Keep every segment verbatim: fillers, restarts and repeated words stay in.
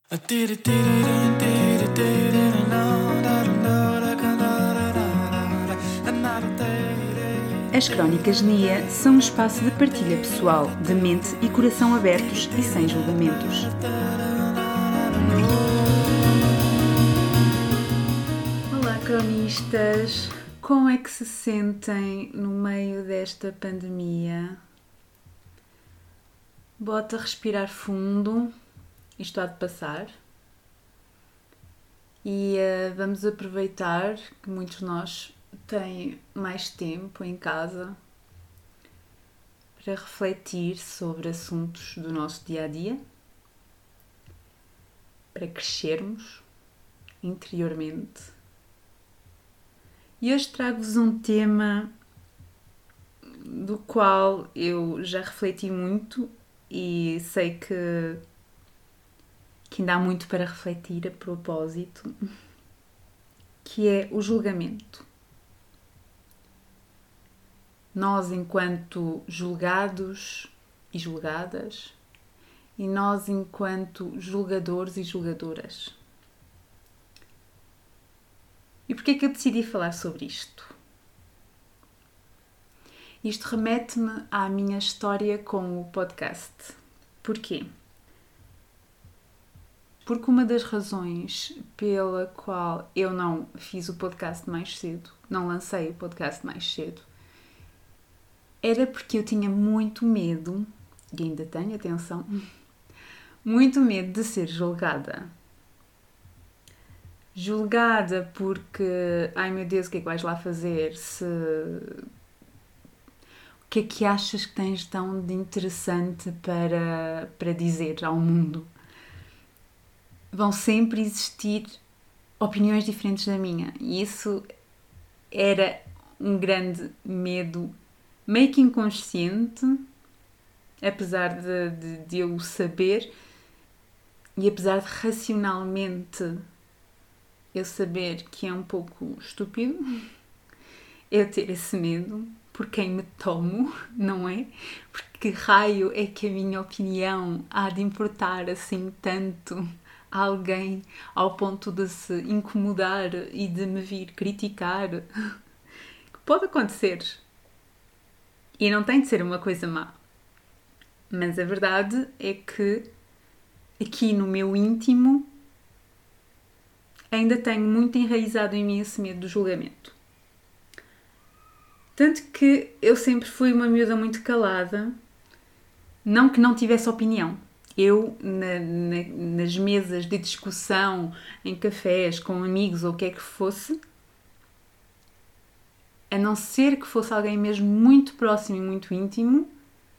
As Crónicas N I A são um espaço de partilha pessoal, de mente e coração abertos e sem julgamentos. Olá, cronistas! Como é que se sentem no meio desta pandemia? Bota a respirar fundo, isto há de passar. E uh, vamos aproveitar que muitos de nós têm mais tempo em casa para refletir sobre assuntos do nosso dia-a-dia, para crescermos interiormente. E hoje trago-vos um tema do qual eu já refleti muito e sei que, que ainda há muito para refletir a propósito, que é o julgamento. Nós, enquanto julgados e julgadas, e nós, enquanto julgadores e julgadoras. E porquê é que eu decidi falar sobre isto? Isto remete-me à minha história com o podcast. Porquê? Porque uma das razões pela qual eu não fiz o podcast mais cedo, não lancei o podcast mais cedo, era porque eu tinha muito medo, e ainda tenho, atenção, muito medo de ser julgada. Julgada porque, ai meu Deus, o que é que vais lá fazer? Se... O que é que achas que tens tão de interessante para, para dizer ao mundo? Vão sempre existir opiniões diferentes da minha. E isso era um grande medo, meio que inconsciente, apesar de, de, de eu saber e apesar de racionalmente eu saber que é um pouco estúpido eu ter esse medo por quem me tomo, não é? Porque raio é que a minha opinião há de importar assim tanto a alguém ao ponto de se incomodar e de me vir criticar? Pode acontecer. E não tem de ser uma coisa má. Mas a verdade é que aqui no meu íntimo ainda tenho muito enraizado em mim esse medo do julgamento. Tanto que eu sempre fui uma miúda muito calada, não que não tivesse opinião. Eu, na, na, nas mesas de discussão, em cafés, com amigos ou o que é que fosse, a não ser que fosse alguém mesmo muito próximo e muito íntimo,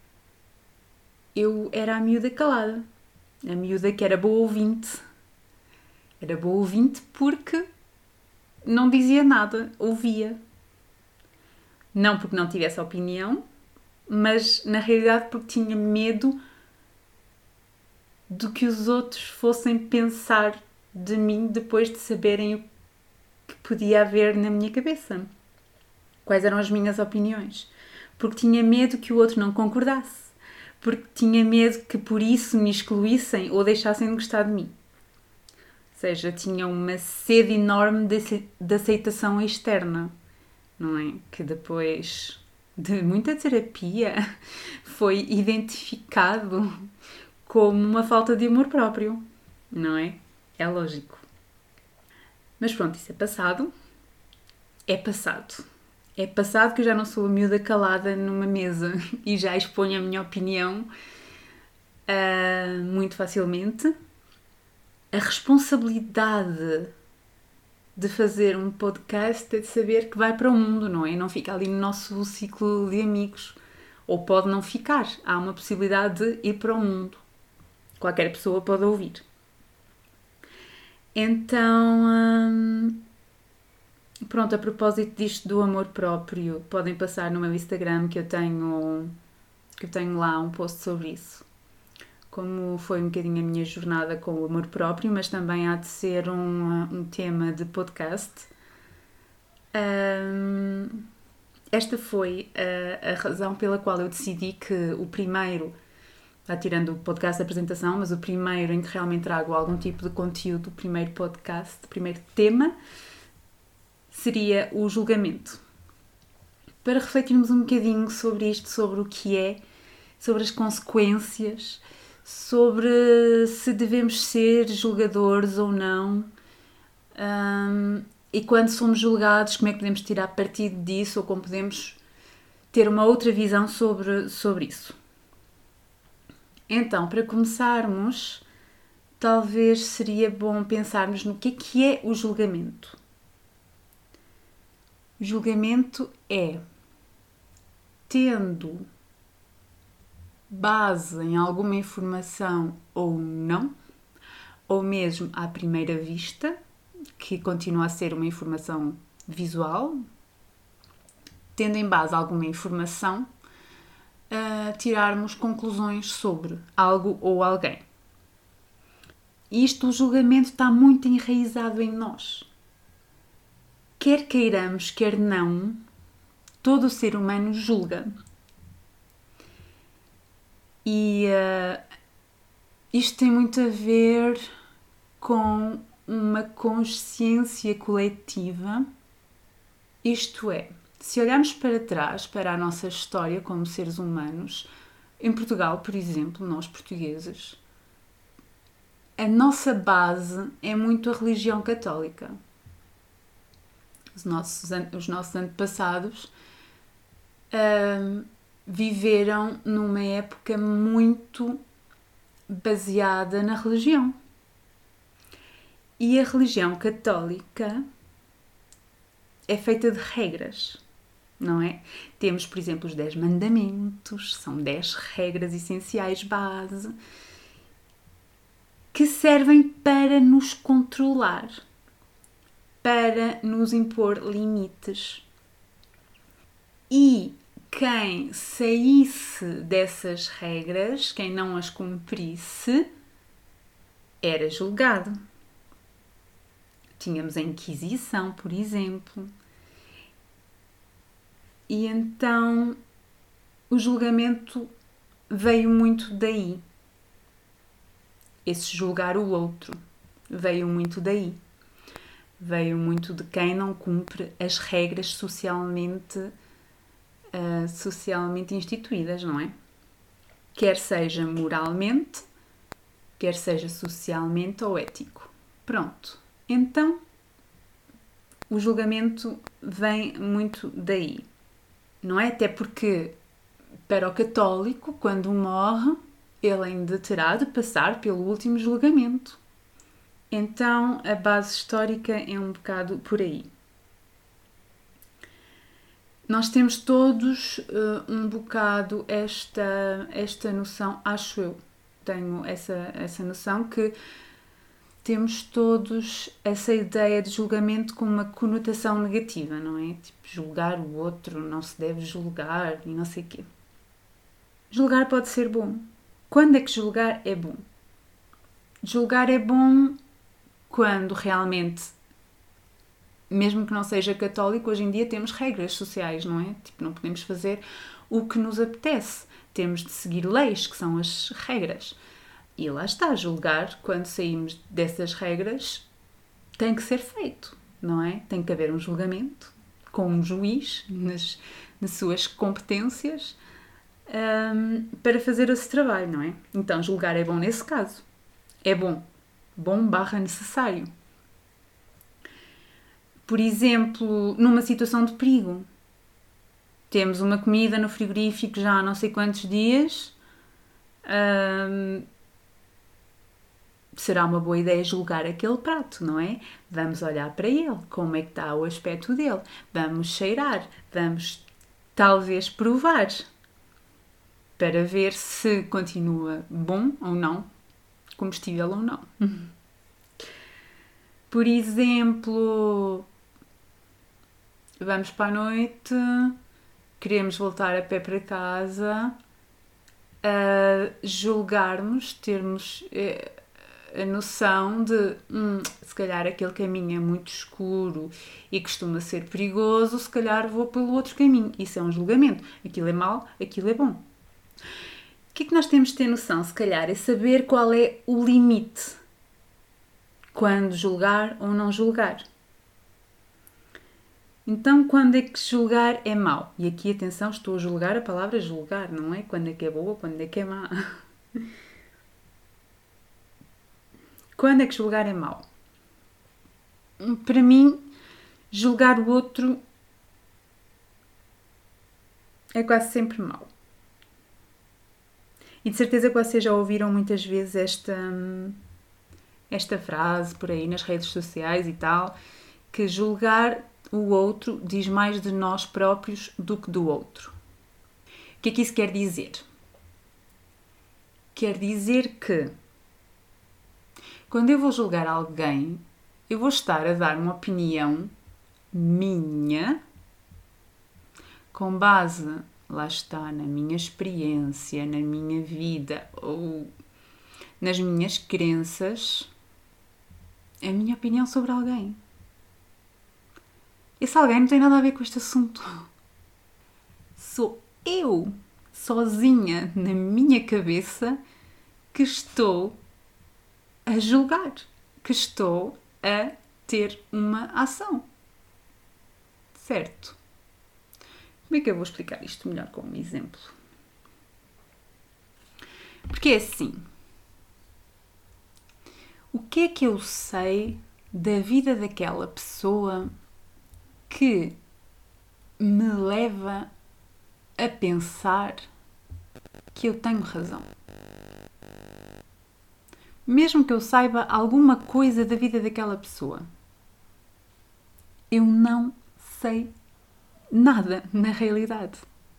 eu era a miúda calada. A miúda que era boa ouvinte. Era boa ouvinte porque não dizia nada, ouvia. Não porque não tivesse opinião, mas na realidade porque tinha medo do que os outros fossem pensar de mim depois de saberem o que podia haver na minha cabeça. Quais eram as minhas opiniões. Porque tinha medo que o outro não concordasse. Porque tinha medo que por isso me excluíssem ou deixassem de gostar de mim. Ou seja, tinha uma sede enorme de, de aceitação externa, não é? Que depois de muita terapia foi identificado como uma falta de amor próprio, não é? É lógico. Mas pronto, isso é passado. É passado. É passado que eu já não sou a miúda calada numa mesa e já exponho a minha opinião uh, muito facilmente. A responsabilidade de fazer um podcast é de saber que vai para o mundo, não é? Não fica ali no nosso ciclo de amigos. Ou pode não ficar. Há uma possibilidade de ir para o mundo. Qualquer pessoa pode ouvir. Então, hum, pronto, a propósito disto do amor próprio, podem passar no meu Instagram que eu tenho, que eu tenho lá um post sobre isso. Como foi um bocadinho a minha jornada com o amor próprio, mas também há de ser um, um tema de podcast. Um, esta foi a, a razão pela qual eu decidi que o primeiro lá tirando o podcast de apresentação, mas o primeiro em que realmente trago algum tipo de conteúdo, o primeiro podcast, o primeiro tema, seria o julgamento. Para refletirmos um bocadinho sobre isto, sobre o que é, sobre as consequências, sobre se devemos ser julgadores ou não, um, e quando somos julgados, como é que podemos tirar partido disso ou como podemos ter uma outra visão sobre, sobre isso. Então, para começarmos, talvez seria bom pensarmos no que é que é o julgamento. O julgamento é, tendo base em alguma informação ou não, ou mesmo à primeira vista, que continua a ser uma informação visual, tendo em base alguma informação, a tirarmos conclusões sobre algo ou alguém. Isto, o julgamento, está muito enraizado em nós. Quer queiramos, quer não, todo o ser humano julga. E uh, isto tem muito a ver com uma consciência coletiva, isto é, se olharmos para trás, para a nossa história como seres humanos, em Portugal, por exemplo, nós portugueses, a nossa base é muito a religião católica. Os nossos, os nossos antepassados uh, viveram numa época muito baseada na religião. E a religião católica é feita de regras, não é? Temos, por exemplo, os dez mandamentos, são dez regras essenciais base, que servem para nos controlar, para nos impor limites. E quem saísse dessas regras, quem não as cumprisse, era julgado. Tínhamos a Inquisição, por exemplo. E então o julgamento veio muito daí. Esse julgar o outro veio muito daí. Veio muito de quem não cumpre as regras socialmente, uh, socialmente instituídas, não é? Quer seja moralmente, quer seja socialmente ou ético. Pronto. Então, o julgamento vem muito daí, não é? Até porque, para o católico, quando morre, ele ainda terá de passar pelo último julgamento. Então, a base histórica é um bocado por aí. Nós temos todos uh, um bocado esta, esta noção, acho eu, tenho essa, essa noção que temos todos essa ideia de julgamento com uma conotação negativa, não é? Tipo, julgar o outro, não se deve julgar e não sei o quê. Julgar pode ser bom. Quando é que julgar é bom? Julgar é bom quando realmente, mesmo que não seja católico, hoje em dia temos regras sociais, não é? Tipo, não podemos fazer o que nos apetece. Temos de seguir leis, que são as regras. E lá está, julgar, quando saímos dessas regras, tem que ser feito, não é? Tem que haver um julgamento com um juiz nas, nas suas competências um, para fazer esse trabalho, não é? Então, julgar é bom nesse caso. É bom. Bom barra necessário. Por exemplo, numa situação de perigo. Temos uma comida no frigorífico já há não sei quantos dias. Um, será uma boa ideia julgar aquele prato, não é? Vamos olhar para ele, como é que está o aspecto dele, vamos cheirar, vamos talvez provar, para ver se continua bom ou não, comestível ou não. Por exemplo, vamos para a noite, queremos voltar a pé para casa, a julgarmos, termos a noção de hum, se calhar aquele caminho é muito escuro e costuma ser perigoso, se calhar vou pelo outro caminho. Isso é um julgamento. Aquilo é mau, aquilo é bom. O que é que nós temos de ter noção, se calhar, é saber qual é o limite. Quando julgar ou não julgar. Então, quando é que julgar é mau? E aqui, atenção, estou a julgar a palavra julgar, não é? Quando é que é boa, quando é que é má. Quando é que julgar é mau? Para mim, julgar o outro é quase sempre mau. E de certeza que vocês já ouviram muitas vezes esta, esta frase por aí nas redes sociais e tal, que julgar o outro diz mais de nós próprios do que do outro. O que é que isso quer dizer? Quer dizer que quando eu vou julgar alguém, eu vou estar a dar uma opinião minha com base, lá está, na minha experiência, na minha vida ou nas minhas crenças, a minha opinião sobre alguém. Esse alguém não tem nada a ver com este assunto. Sou eu, sozinha, na minha cabeça, que estou a julgar, que estou a ter uma ação. Certo? Como é que eu vou explicar isto melhor com um exemplo? Porque é assim. O que é que eu sei da vida daquela pessoa que me leva a pensar que eu tenho razão? Mesmo que eu saiba alguma coisa da vida daquela pessoa, eu não sei nada na realidade.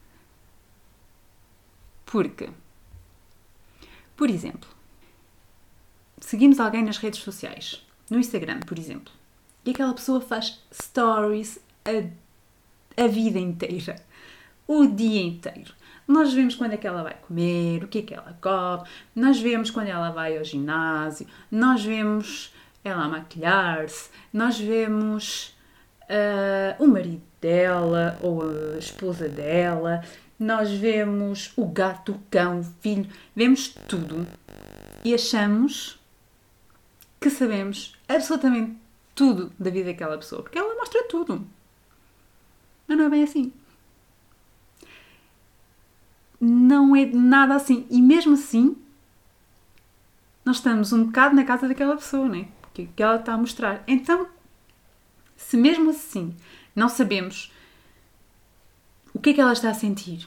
Porque, por exemplo, seguimos alguém nas redes sociais, no Instagram, por exemplo, e aquela pessoa faz stories a, a vida inteira, o dia inteiro. Nós vemos quando é que ela vai comer, o que é que ela come, nós vemos quando ela vai ao ginásio, nós vemos ela a maquilhar-se, nós vemos uh, o marido dela ou a esposa dela, nós vemos o gato, o cão, o filho, vemos tudo e achamos que sabemos absolutamente tudo da vida daquela pessoa, porque ela mostra tudo. Mas não é bem assim. Não é nada assim. E mesmo assim, nós estamos um bocado na casa daquela pessoa, não é? Que, que ela está a mostrar. Então, se mesmo assim não sabemos o que é que ela está a sentir,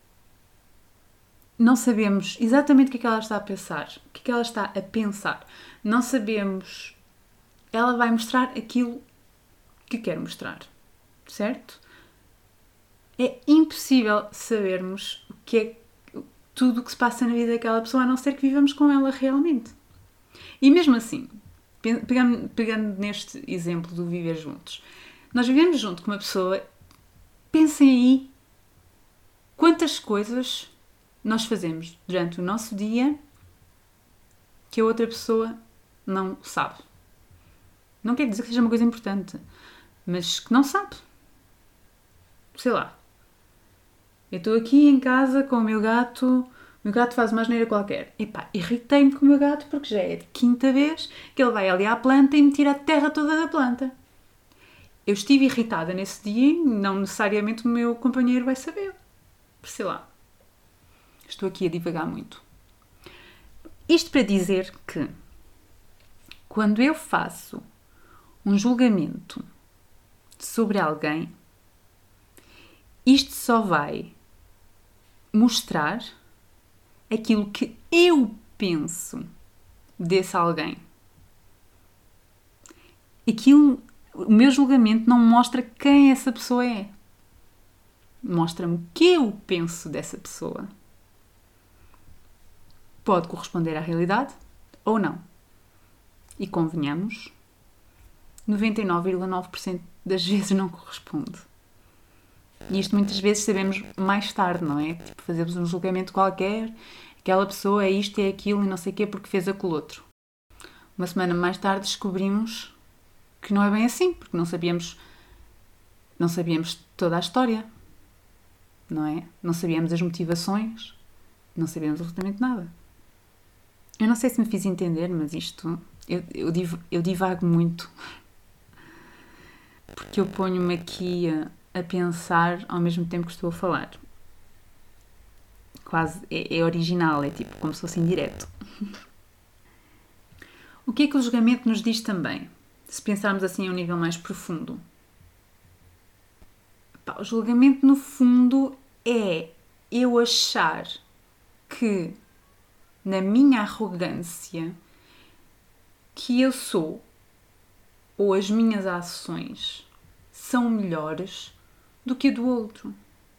não sabemos exatamente o que é que ela está a pensar, o que é que ela está a pensar, não sabemos, ela vai mostrar aquilo que quer mostrar, certo? É impossível sabermos o que é tudo o que se passa na vida daquela pessoa, a não ser que vivamos com ela realmente. E mesmo assim, pegando, pegando neste exemplo do viver juntos, nós vivemos junto com uma pessoa, pensem aí quantas coisas nós fazemos durante o nosso dia que a outra pessoa não sabe. Não quer dizer que seja uma coisa importante, mas que não sabe. Sei lá. Eu estou aqui em casa com o meu gato, o meu gato faz uma asneira qualquer. Epá, irritei-me com o meu gato porque já é de quinta vez que ele vai ali à planta e me tira a terra toda da planta. Eu estive irritada nesse dia e não necessariamente o meu companheiro vai saber. Sei lá. Estou aqui a divagar muito. Isto para dizer que quando eu faço um julgamento sobre alguém, isto só vai mostrar aquilo que eu penso desse alguém. Aquilo, o meu julgamento não mostra quem essa pessoa é. Mostra-me o que eu penso dessa pessoa. Pode corresponder à realidade ou não. E convenhamos, noventa e nove vírgula nove por cento das vezes não corresponde. E isto muitas vezes sabemos mais tarde, não é? Tipo, fazemos um julgamento qualquer, aquela pessoa é isto, é aquilo e não sei o quê porque fez aquele outro. Uma semana mais tarde descobrimos que não é bem assim, porque não sabíamos, não sabíamos toda a história, não é? Não sabíamos as motivações não sabemos absolutamente nada. Eu não sei se me fiz entender, mas isto... Eu, eu, div, eu divago muito. Porque eu ponho-me aqui a, a pensar ao mesmo tempo que estou a falar. Quase é, é original, é tipo como se fosse indireto. O que é que o julgamento nos diz também? Se pensarmos assim a um nível mais profundo. Pá, o julgamento, no fundo, é eu achar que, na minha arrogância, que eu sou, ou as minhas ações, são melhores do que a do outro.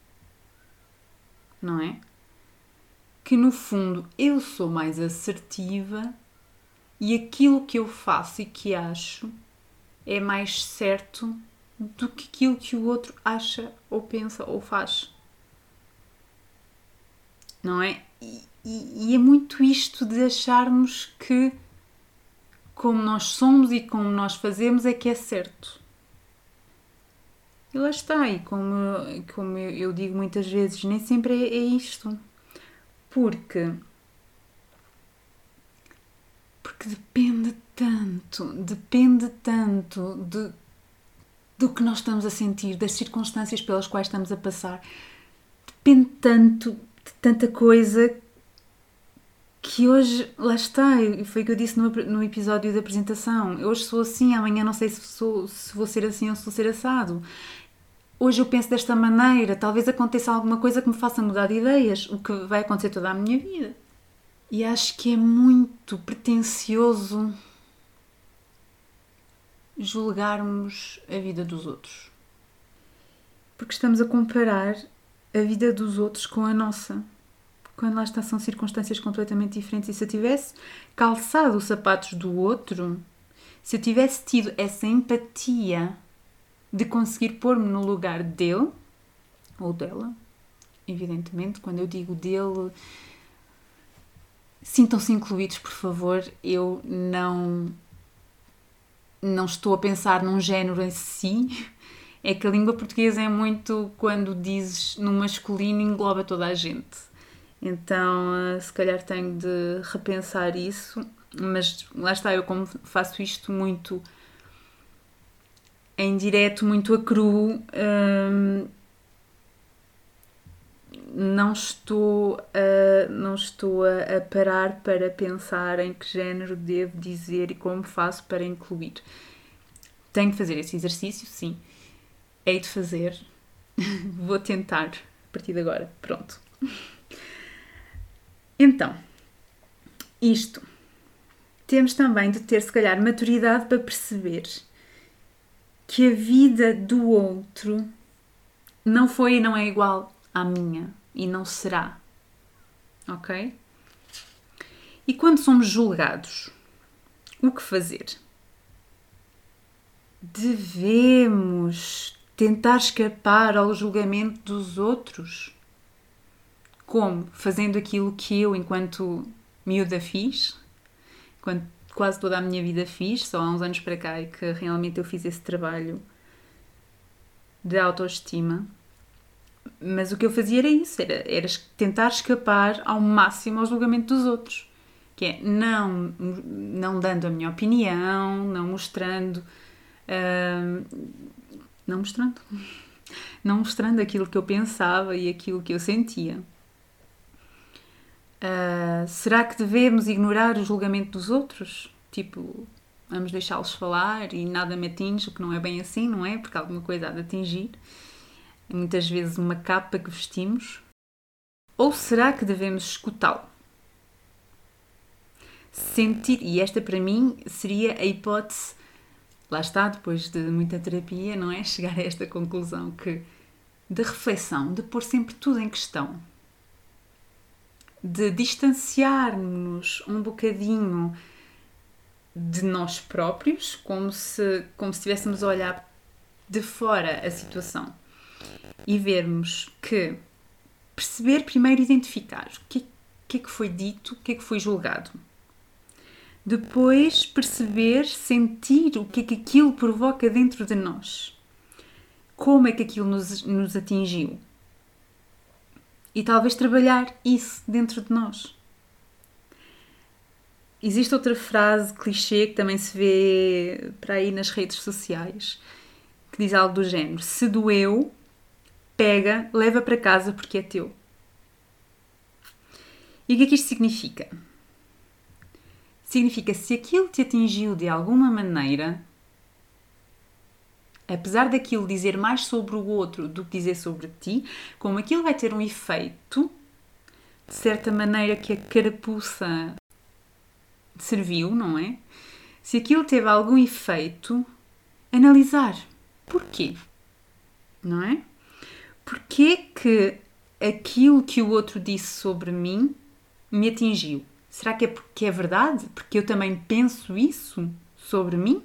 Não é? Que, no fundo, eu sou mais assertiva e aquilo que eu faço e que acho é mais certo do que aquilo que o outro acha ou pensa ou faz. Não é? E, e, e é muito isto de acharmos que como nós somos e como nós fazemos é que é certo. E lá está, e como, como eu digo muitas vezes, nem sempre é, é isto. Porque, porque depende tanto, depende tanto de, do que nós estamos a sentir, das circunstâncias pelas quais estamos a passar. Depende tanto de tanta coisa que hoje, lá está, foi o que eu disse no, no episódio da apresentação. Hoje sou assim, amanhã não sei se, sou, se vou ser assim ou se vou ser assado. Hoje eu penso desta maneira, talvez aconteça alguma coisa que me faça mudar de ideias, o que vai acontecer toda a minha vida. E acho que é muito pretencioso julgarmos a vida dos outros. Porque estamos a comparar a vida dos outros com a nossa. Quando lá está, são circunstâncias completamente diferentes. E se eu tivesse calçado os sapatos do outro, se eu tivesse tido essa empatia de conseguir pôr-me no lugar dele, ou dela, evidentemente, quando eu digo dele, sintam-se incluídos, por favor, eu não, não estou a pensar num género em si, é que a língua portuguesa é muito, quando dizes no masculino, engloba toda a gente. Então, se calhar tenho de repensar isso, mas lá está, eu como faço isto muito em direto, muito a cru, hum, não estou, a, não estou a, a parar para pensar em que género devo dizer e como faço para incluir. Tenho de fazer esse exercício, sim. Hei de fazer. Vou tentar a partir de agora. Pronto. Então, isto. Temos também de ter, se calhar, maturidade para perceber que a vida do outro não foi e não é igual à minha e não será. Ok? E quando somos julgados, o que fazer? Devemos tentar escapar ao julgamento dos outros? Como? Fazendo aquilo que eu, enquanto miúda, fiz, enquanto quase toda a minha vida fiz, só há uns anos para cá é que realmente eu fiz esse trabalho de autoestima. Mas o que eu fazia era isso, era, era tentar escapar ao máximo ao julgamento dos outros. Que é não, não dando a minha opinião, não mostrando... Uh, não mostrando. Não mostrando aquilo que eu pensava e aquilo que eu sentia. Uh, será que devemos ignorar o julgamento dos outros? Tipo, vamos deixá-los falar e nada me atinge, o que não é bem assim, não é? Porque alguma coisa há de atingir. É muitas vezes uma capa que vestimos. Ou será que devemos escutá-lo? Sentir, e esta para mim seria a hipótese, lá está, depois de muita terapia, não é? Chegar a esta conclusão que, de reflexão, de pôr sempre tudo em questão, de distanciar-nos um bocadinho de nós próprios, como se, como se estivéssemos a olhar de fora a situação e vermos que perceber, primeiro identificar o que, que é que foi dito, o que é que foi julgado. Depois perceber, sentir o que é que aquilo provoca dentro de nós. Como é que aquilo nos, nos atingiu. E talvez trabalhar isso dentro de nós. Existe outra frase clichê que também se vê para aí nas redes sociais, que diz algo do género: se doeu, pega, leva para casa porque é teu. E o que é que isto significa? Significa se aquilo te atingiu de alguma maneira, apesar daquilo dizer mais sobre o outro do que dizer sobre ti, como aquilo vai ter um efeito, de certa maneira que a carapuça serviu, não é? Se aquilo teve algum efeito, analisar. Porquê? Não é? Porquê que aquilo que o outro disse sobre mim me atingiu? Será que é porque é verdade? Porque eu também penso isso sobre mim?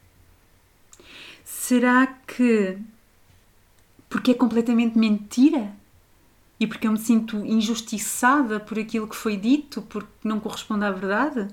Será que porque é completamente mentira? E porque eu me sinto injustiçada por aquilo que foi dito, porque não corresponde à verdade?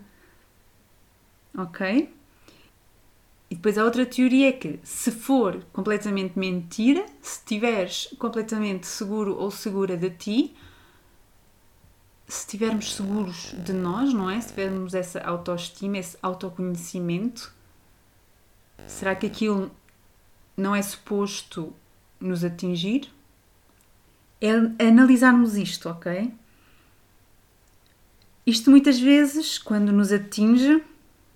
Ok? E depois a outra teoria é que, se for completamente mentira, se estiveres completamente seguro ou segura de ti, se estivermos seguros de nós, não é? Se tivermos essa autoestima, esse autoconhecimento, será que aquilo não é suposto nos atingir? É analisarmos isto, ok? Isto muitas vezes, quando nos atinge,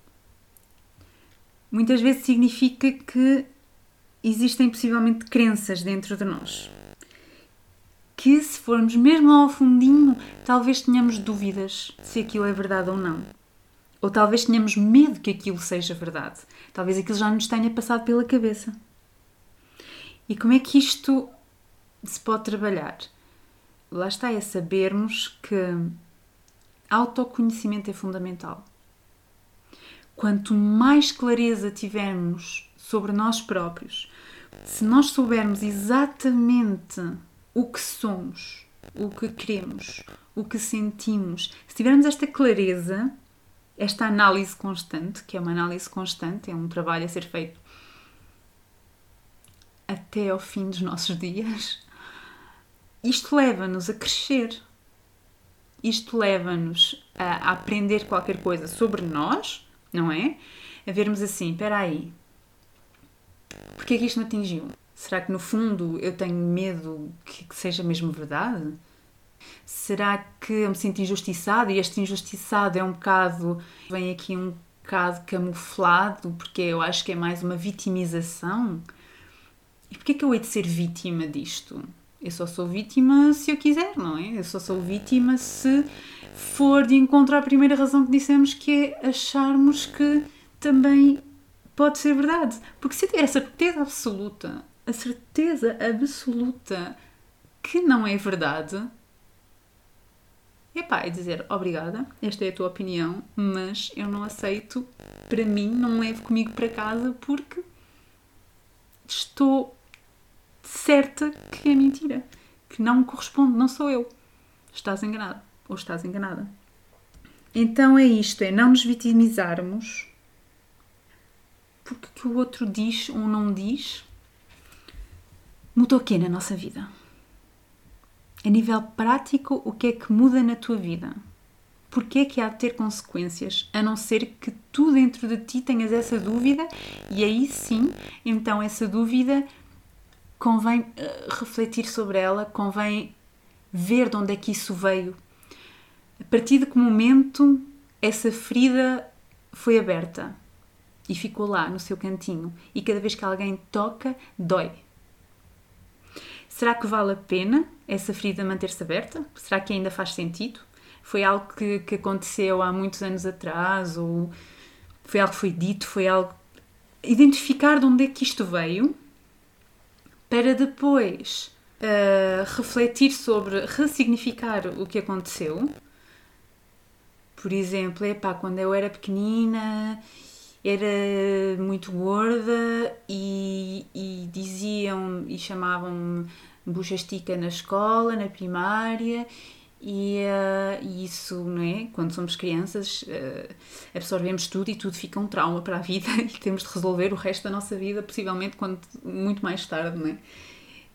muitas vezes significa que existem possivelmente crenças dentro de nós. Que se formos mesmo ao fundinho, talvez tenhamos dúvidas se aquilo é verdade ou não. Ou talvez tenhamos medo que aquilo seja verdade. Talvez aquilo já nos tenha passado pela cabeça. E como é que isto se pode trabalhar? Lá está, é sabermos que autoconhecimento é fundamental. Quanto mais clareza tivermos sobre nós próprios, se nós soubermos exatamente o que somos, o que queremos, o que sentimos, se tivermos esta clareza, esta análise constante, que é uma análise constante, é um trabalho a ser feito até ao fim dos nossos dias, isto leva-nos a crescer. Isto leva-nos a aprender qualquer coisa sobre nós, não é? A vermos assim, espera aí, porquê é que isto me atingiu? Será que no fundo eu tenho medo que, que seja mesmo verdade? Será que eu me sinto injustiçada e este injustiçado é um bocado, vem aqui um bocado camuflado, porque eu acho que é mais uma vitimização? E porquê é que eu hei de ser vítima disto? Eu só sou vítima se eu quiser, não é? Eu só sou vítima se for de encontro à primeira razão que dissemos, que é acharmos que também pode ser verdade. Porque se eu tiver a certeza absoluta, a certeza absoluta que não é verdade, epá, é dizer obrigada, esta é a tua opinião, mas eu não aceito, para mim, não levo comigo para casa porque estou certa que é mentira, que não me corresponde, não sou eu. Estás enganado ou estás enganada. Então é isto, é não nos vitimizarmos porque o que o outro diz ou não diz muda o quê na nossa vida? A nível prático, o que é que muda na tua vida? Porquê é que há de ter consequências? A não ser que tu dentro de ti tenhas essa dúvida e aí sim, então essa dúvida convém uh, refletir sobre ela, convém ver de onde é que isso veio. A partir de que momento essa ferida foi aberta e ficou lá no seu cantinho e cada vez que alguém toca, dói. Será que vale a pena essa ferida manter-se aberta? Será que ainda faz sentido? Foi algo que, que aconteceu há muitos anos atrás ou foi algo que foi dito, foi algo... Identificar de onde é que isto veio para depois uh, refletir sobre, ressignificar o que aconteceu. Por exemplo, epá, quando eu era pequenina, era muito gorda e, e diziam e chamavam-me buchastica na escola, na primária, e, uh, e isso, não é? Quando somos crianças, uh, absorvemos tudo e tudo fica um trauma para a vida e temos de resolver o resto da nossa vida, possivelmente quando, muito mais tarde, não é?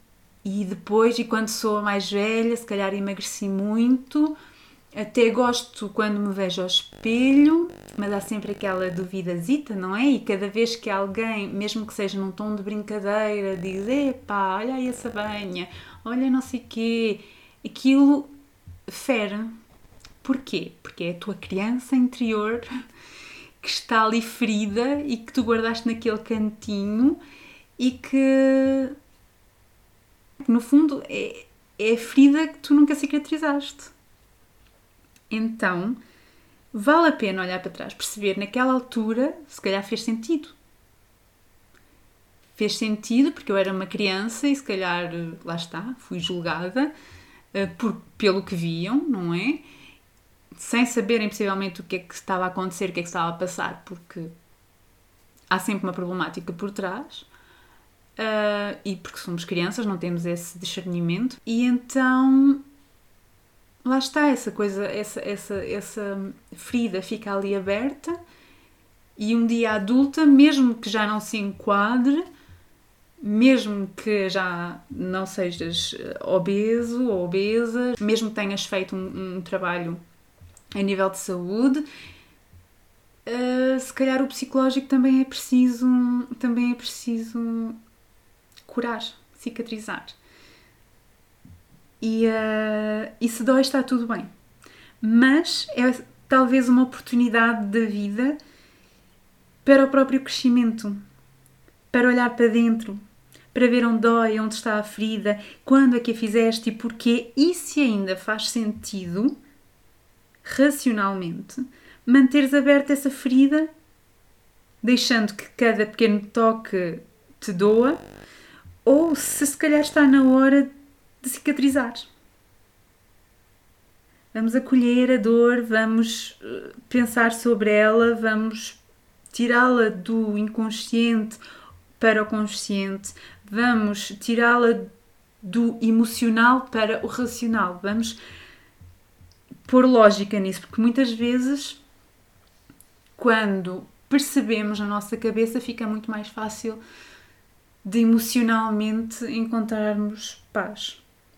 E depois, e quando sou mais velha, se calhar emagreci muito. Até gosto quando me vejo ao espelho, mas há sempre aquela duvidazita, não é? E cada vez que alguém, mesmo que seja num tom de brincadeira, diz: epá, olha aí essa banha, olha não sei o quê, aquilo fere. Porquê? Porque é a tua criança interior que está ali ferida e que tu guardaste naquele cantinho e que, no fundo, é, é a ferida que tu nunca cicatrizaste. Então, vale a pena olhar para trás, perceber naquela altura, se calhar fez sentido. Fez sentido porque eu era uma criança e se calhar, lá está, fui julgada uh, por, pelo que viam, não é? Sem saberem possivelmente o que é que estava a acontecer, o que é que estava a passar, porque há sempre uma problemática por trás. Uh, e porque somos crianças, não temos esse discernimento. E então... lá está, essa coisa, essa, essa, essa ferida fica ali aberta e um dia adulta, mesmo que já não se enquadre, mesmo que já não sejas obeso ou obesa, mesmo que tenhas feito um, um trabalho a nível de saúde, uh, se calhar o psicológico também é preciso, também é preciso curar, cicatrizar. E, uh, e se dói está tudo bem. Mas é talvez uma oportunidade da vida para o próprio crescimento. Para olhar para dentro. Para ver onde dói, onde está a ferida, quando é que a fizeste e porquê. E se ainda faz sentido, racionalmente, manteres aberta essa ferida, deixando que cada pequeno toque te doa, ou se se calhar está na hora de cicatrizar. Vamos acolher a dor, vamos pensar sobre ela, vamos tirá-la do inconsciente para o consciente, vamos tirá-la do emocional para o racional, vamos pôr lógica nisso, porque muitas vezes, quando percebemos na nossa cabeça, fica muito mais fácil de emocionalmente encontrarmos paz.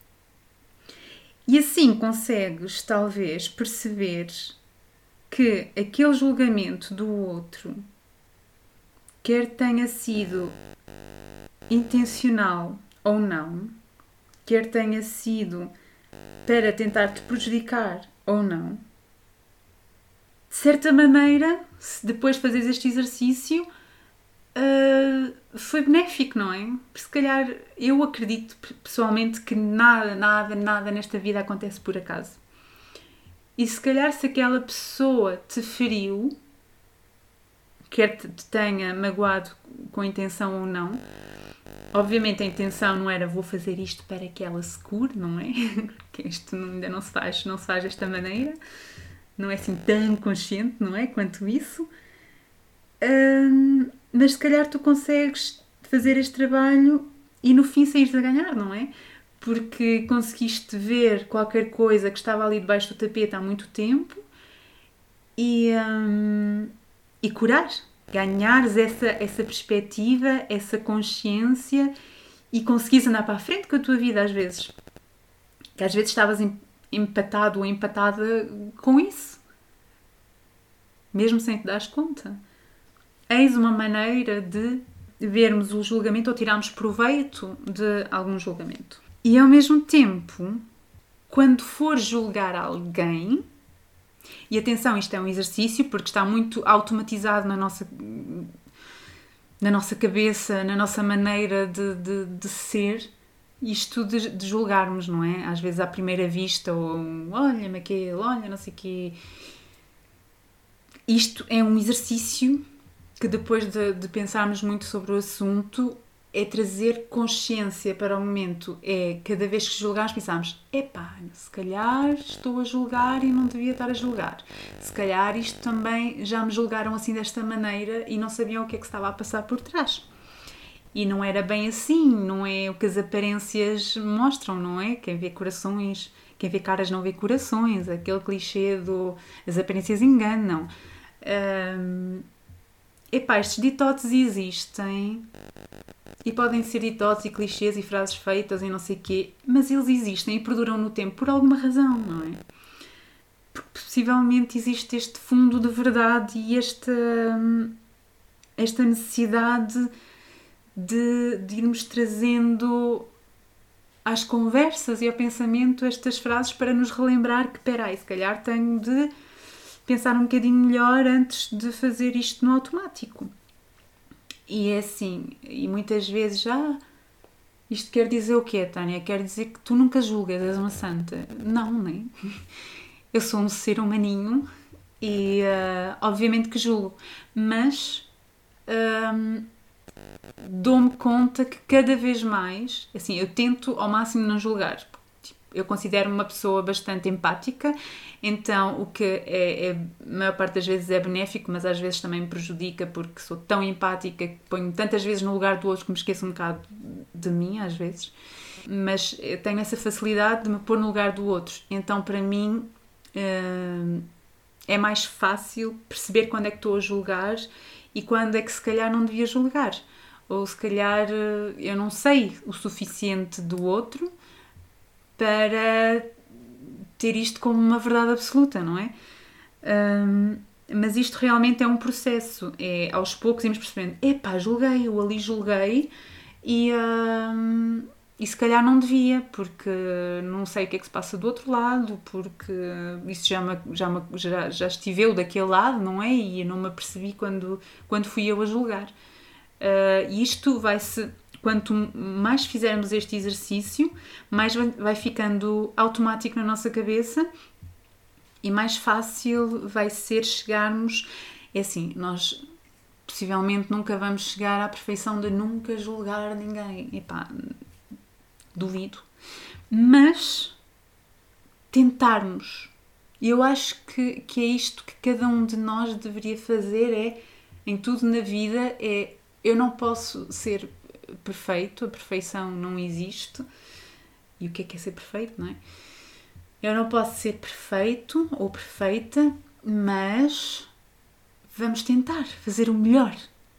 E assim consegues, talvez, perceber que aquele julgamento do outro, quer tenha sido intencional ou não, quer tenha sido para tentar te prejudicar ou não, de certa maneira, se depois fazeres este exercício, Uh, foi benéfico, não é? Porque se calhar eu acredito pessoalmente que nada, nada, nada nesta vida acontece por acaso. E se calhar se aquela pessoa te feriu, quer te tenha magoado com intenção ou não, obviamente a intenção não era vou fazer isto para que ela se cure, não é? Porque isto ainda não se faz, não se faz desta maneira, não é assim tão consciente, não é? Quanto isso. Um, mas se calhar tu consegues fazer este trabalho e no fim saíres a ganhar, não é? Porque conseguiste ver qualquer coisa que estava ali debaixo do tapete há muito tempo e, um, e curar, ganhares essa, essa perspectiva, essa consciência e conseguires andar para a frente com a tua vida às vezes. Que às vezes estavas empatado ou empatada com isso, mesmo sem te dares conta. Eis uma maneira de vermos o julgamento ou tirarmos proveito de algum julgamento. E ao mesmo tempo, quando for julgar alguém, e atenção, isto é um exercício porque está muito automatizado na nossa, na nossa cabeça, na nossa maneira de, de, de ser, isto de, de julgarmos, não é? Às vezes à primeira vista, ou olha-me aquele, olha não sei o quê. Isto é um exercício que depois de, de pensarmos muito sobre o assunto é trazer consciência para o momento. É cada vez que julgamos pensarmos, epá, se calhar estou a julgar e não devia estar a julgar. Se calhar isto também já me julgaram assim desta maneira e não sabiam o que é que estava a passar por trás. E não era bem assim, não é o que as aparências mostram, não é? Quem vê corações, quem vê caras não vê corações, aquele clichê do as aparências enganam. Hum, epá, estes ditotes existem e podem ser ditotes e clichês e frases feitas e não sei o quê, mas eles existem e perduram no tempo por alguma razão, não é? Porque possivelmente existe este fundo de verdade e esta, esta necessidade de, de irmos trazendo às conversas e ao pensamento estas frases para nos relembrar que, peraí, se calhar tenho de pensar um bocadinho melhor antes de fazer isto no automático. E é assim, e muitas vezes já, ah, isto quer dizer o quê, Tânia? Quer dizer que tu nunca julgas, és uma santa. Não, nem. Eu sou um ser humaninho e uh, obviamente que julgo, mas um, dou-me conta que cada vez mais, assim, eu tento ao máximo não julgar. Tipo, eu considero-me uma pessoa bastante empática, então o que é, é, a maior parte das vezes é benéfico, mas às vezes também me prejudica porque sou tão empática que ponho tantas vezes no lugar do outro que me esqueço um bocado de mim, às vezes. Mas eu tenho essa facilidade de me pôr no lugar do outro, então para mim uh, é mais fácil perceber quando é que estou a julgar e quando é que se calhar não devia julgar. Ou se calhar eu não sei o suficiente do outro para ter isto como uma verdade absoluta, não é? Um, mas isto realmente é um processo. É aos poucos irmos percebendo, epá, julguei, eu ali julguei e, um, e se calhar não devia, porque não sei o que é que se passa do outro lado, porque isso já, me, já, me, já, já estive eu daquele lado, não é? E eu não me apercebi quando, quando fui eu a julgar. Uh, e isto vai-se, quanto mais fizermos este exercício, mais vai, vai ficando automático na nossa cabeça e mais fácil vai ser chegarmos. É assim, nós possivelmente nunca vamos chegar à perfeição de nunca julgar ninguém. Epá, duvido. Mas tentarmos. Eu acho que, que é isto que cada um de nós deveria fazer, é, em tudo na vida, é eu não posso ser perfeito, a perfeição não existe. E o que é que é ser perfeito, não é? Eu não posso ser perfeito ou perfeita, mas vamos tentar fazer o melhor.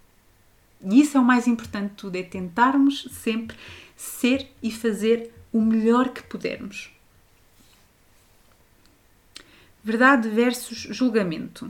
E isso é o mais importante de tudo, é tentarmos sempre ser e fazer o melhor que pudermos. Verdade versus julgamento.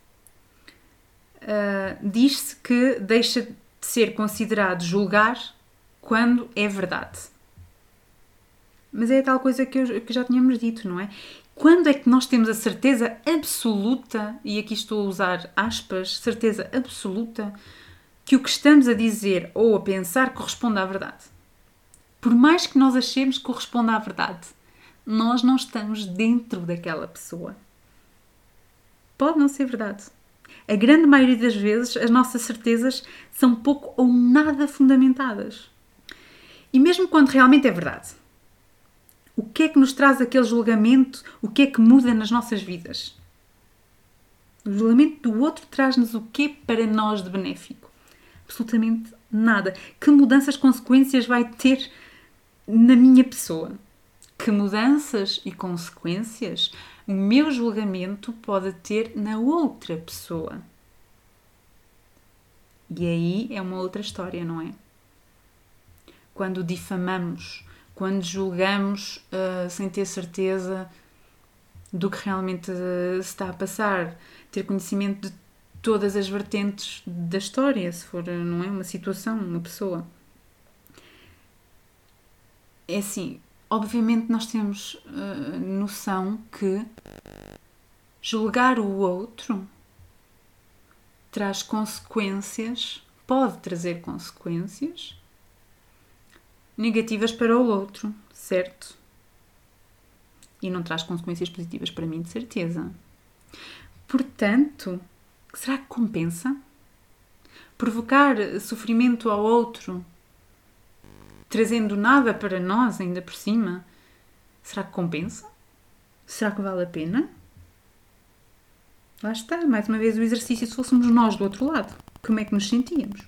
Uh, diz-se que deixa de ser considerado julgar quando é verdade. Mas é a tal coisa que, eu, que já tínhamos dito, não é? Quando é que nós temos a certeza absoluta, e aqui estou a usar aspas, certeza absoluta, que o que estamos a dizer ou a pensar corresponde à verdade? Por mais que nós achemos que corresponde à verdade, nós não estamos dentro daquela pessoa. Pode não ser verdade. A grande maioria das vezes, as nossas certezas são pouco ou nada fundamentadas. E mesmo quando realmente é verdade, o que é que nos traz aquele julgamento? O que é que muda nas nossas vidas? O julgamento do outro traz-nos o quê para nós de benéfico? Absolutamente nada. Que mudanças, consequências vai ter na minha pessoa? Que mudanças e consequências o meu julgamento pode ter na outra pessoa? E aí é uma outra história, não é? Quando difamamos, quando julgamos uh, sem ter certeza do que realmente uh, se está a passar, ter conhecimento de todas as vertentes da história, se for, não é, uma situação, uma pessoa. É assim, obviamente nós temos uh, noção que julgar o outro traz consequências, pode trazer consequências negativas para o outro, certo? E não traz consequências positivas para mim, de certeza. Portanto, será que compensa? Provocar sofrimento ao outro, trazendo nada para nós ainda por cima, será que compensa? Será que vale a pena? Lá está, mais uma vez o exercício, se fôssemos nós do outro lado, como é que nos sentíamos?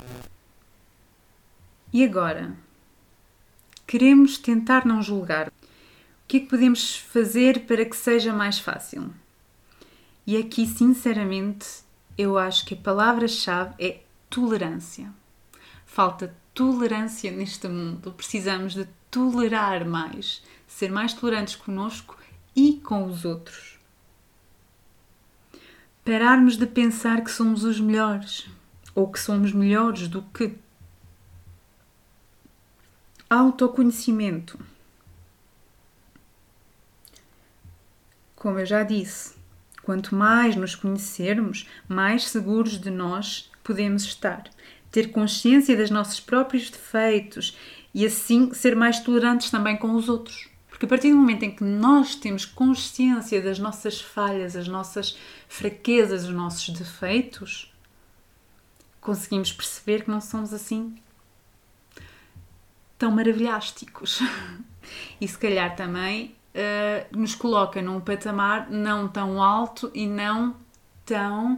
E agora? Queremos tentar não julgar. O que é que podemos fazer para que seja mais fácil? E aqui, sinceramente, eu acho que a palavra-chave é tolerância. Falta tolerância neste mundo. Precisamos de tolerar mais, ser mais tolerantes connosco e com os outros. Pararmos de pensar que somos os melhores ou que somos melhores do que. Autoconhecimento. Como eu já disse, quanto mais nos conhecermos, mais seguros de nós podemos estar. Ter consciência dos nossos próprios defeitos e assim ser mais tolerantes também com os outros. Porque a partir do momento em que nós temos consciência das nossas falhas, as nossas fraquezas, os nossos defeitos, conseguimos perceber que não somos assim tão maravilhásticos. E se calhar também uh, nos coloca num patamar não tão alto e não tão...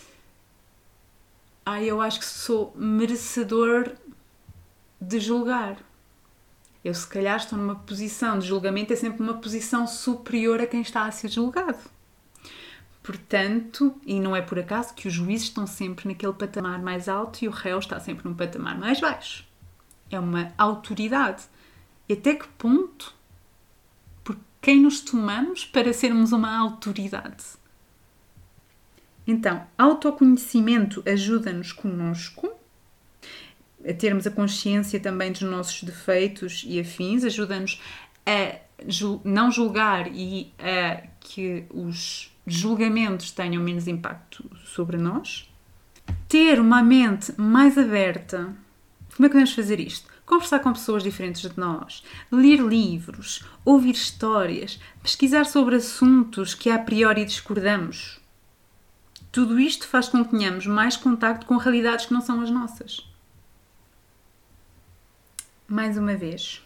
Ai, eu acho que sou merecedor de julgar. Eu se calhar estou numa posição de julgamento, é sempre uma posição superior a quem está a ser julgado. Portanto, e não é por acaso que os juízes estão sempre naquele patamar mais alto e o réu está sempre num patamar mais baixo. É uma autoridade. E até que ponto? Por quem nos tomamos para sermos uma autoridade? Então, autoconhecimento ajuda-nos connosco a termos a consciência também dos nossos defeitos e afins, ajuda-nos a não julgar e a que os julgamentos tenham menos impacto sobre nós. Ter uma mente mais aberta. Como é que podemos fazer isto? Conversar com pessoas diferentes de nós, ler livros, ouvir histórias, pesquisar sobre assuntos que a priori discordamos. Tudo isto faz com que tenhamos mais contacto com realidades que não são as nossas. Mais uma vez,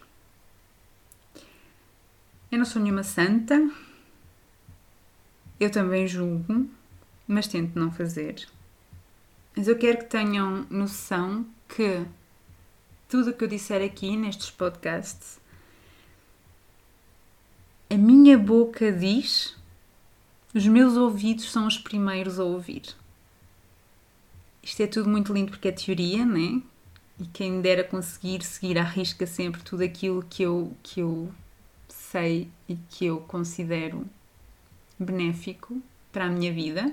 eu não sou nenhuma santa, eu também julgo, mas tento não fazer. Mas eu quero que tenham noção que tudo o que eu disser aqui nestes podcasts, a minha boca diz, os meus ouvidos são os primeiros a ouvir. Isto é tudo muito lindo porque é teoria, não é? E quem dera conseguir seguir à risca sempre tudo aquilo que eu, que eu sei e que eu considero benéfico para a minha vida.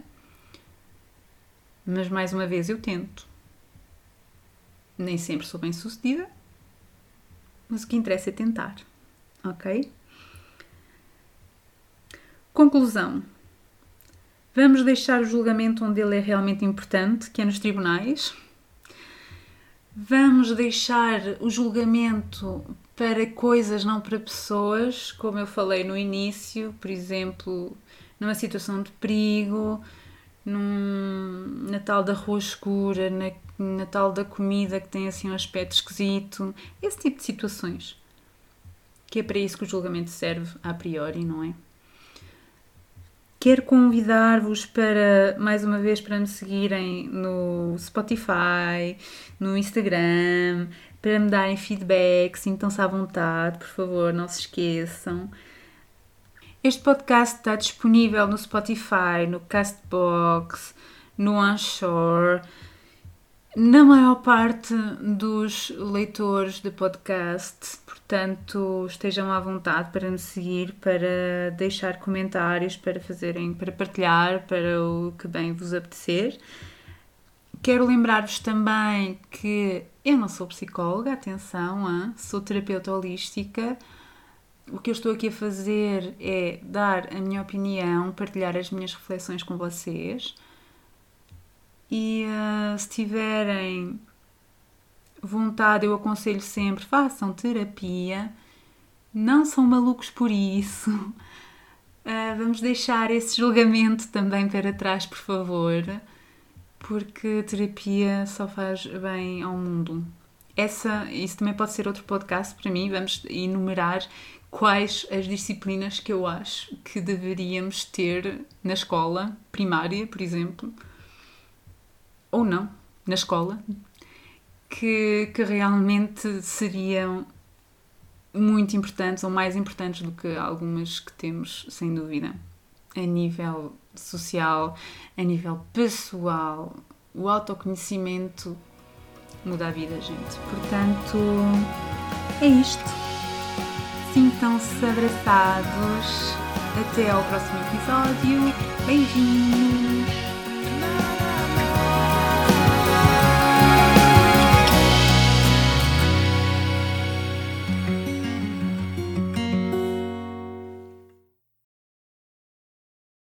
Mas, mais uma vez, eu tento. Nem sempre sou bem sucedida, mas o que interessa é tentar, ok? Conclusão. Vamos deixar o julgamento onde ele é realmente importante, que é nos tribunais. Vamos deixar o julgamento para coisas, não para pessoas, como eu falei no início, por exemplo, numa situação de perigo, num Natal da rua escura, na Natal da comida que tem assim um aspecto esquisito, esse tipo de situações. Que é para isso que o julgamento serve a priori, não é? Quero convidar-vos para, mais uma vez, para me seguirem no Spotify, no Instagram, para me darem feedback, sintam-se à vontade, por favor, não se esqueçam. Este podcast está disponível no Spotify, no Castbox, no Anchor, na maior parte dos leitores de podcast, portanto estejam à vontade para me seguir, para deixar comentários, para fazerem, para partilhar, para o que bem vos apetecer. Quero lembrar-vos também que eu não sou psicóloga, atenção, hein? Sou terapeuta holística. O que eu estou aqui a fazer é dar a minha opinião, partilhar as minhas reflexões com vocês. E uh, se tiverem vontade, eu aconselho sempre, façam terapia. Não são malucos por isso. Uh, vamos deixar esse julgamento também para trás, por favor. Porque terapia só faz bem ao mundo. Essa, isso também pode ser outro podcast para mim. Vamos enumerar quais as disciplinas que eu acho que deveríamos ter na escola primária, por exemplo. Ou não, na escola, que, que realmente seriam muito importantes ou mais importantes do que algumas que temos, sem dúvida. a nível social, a nível pessoal. O autoconhecimento muda a vida, gente. Portanto, é isto. Sintam-se abraçados. Até ao próximo episódio. Beijinhos!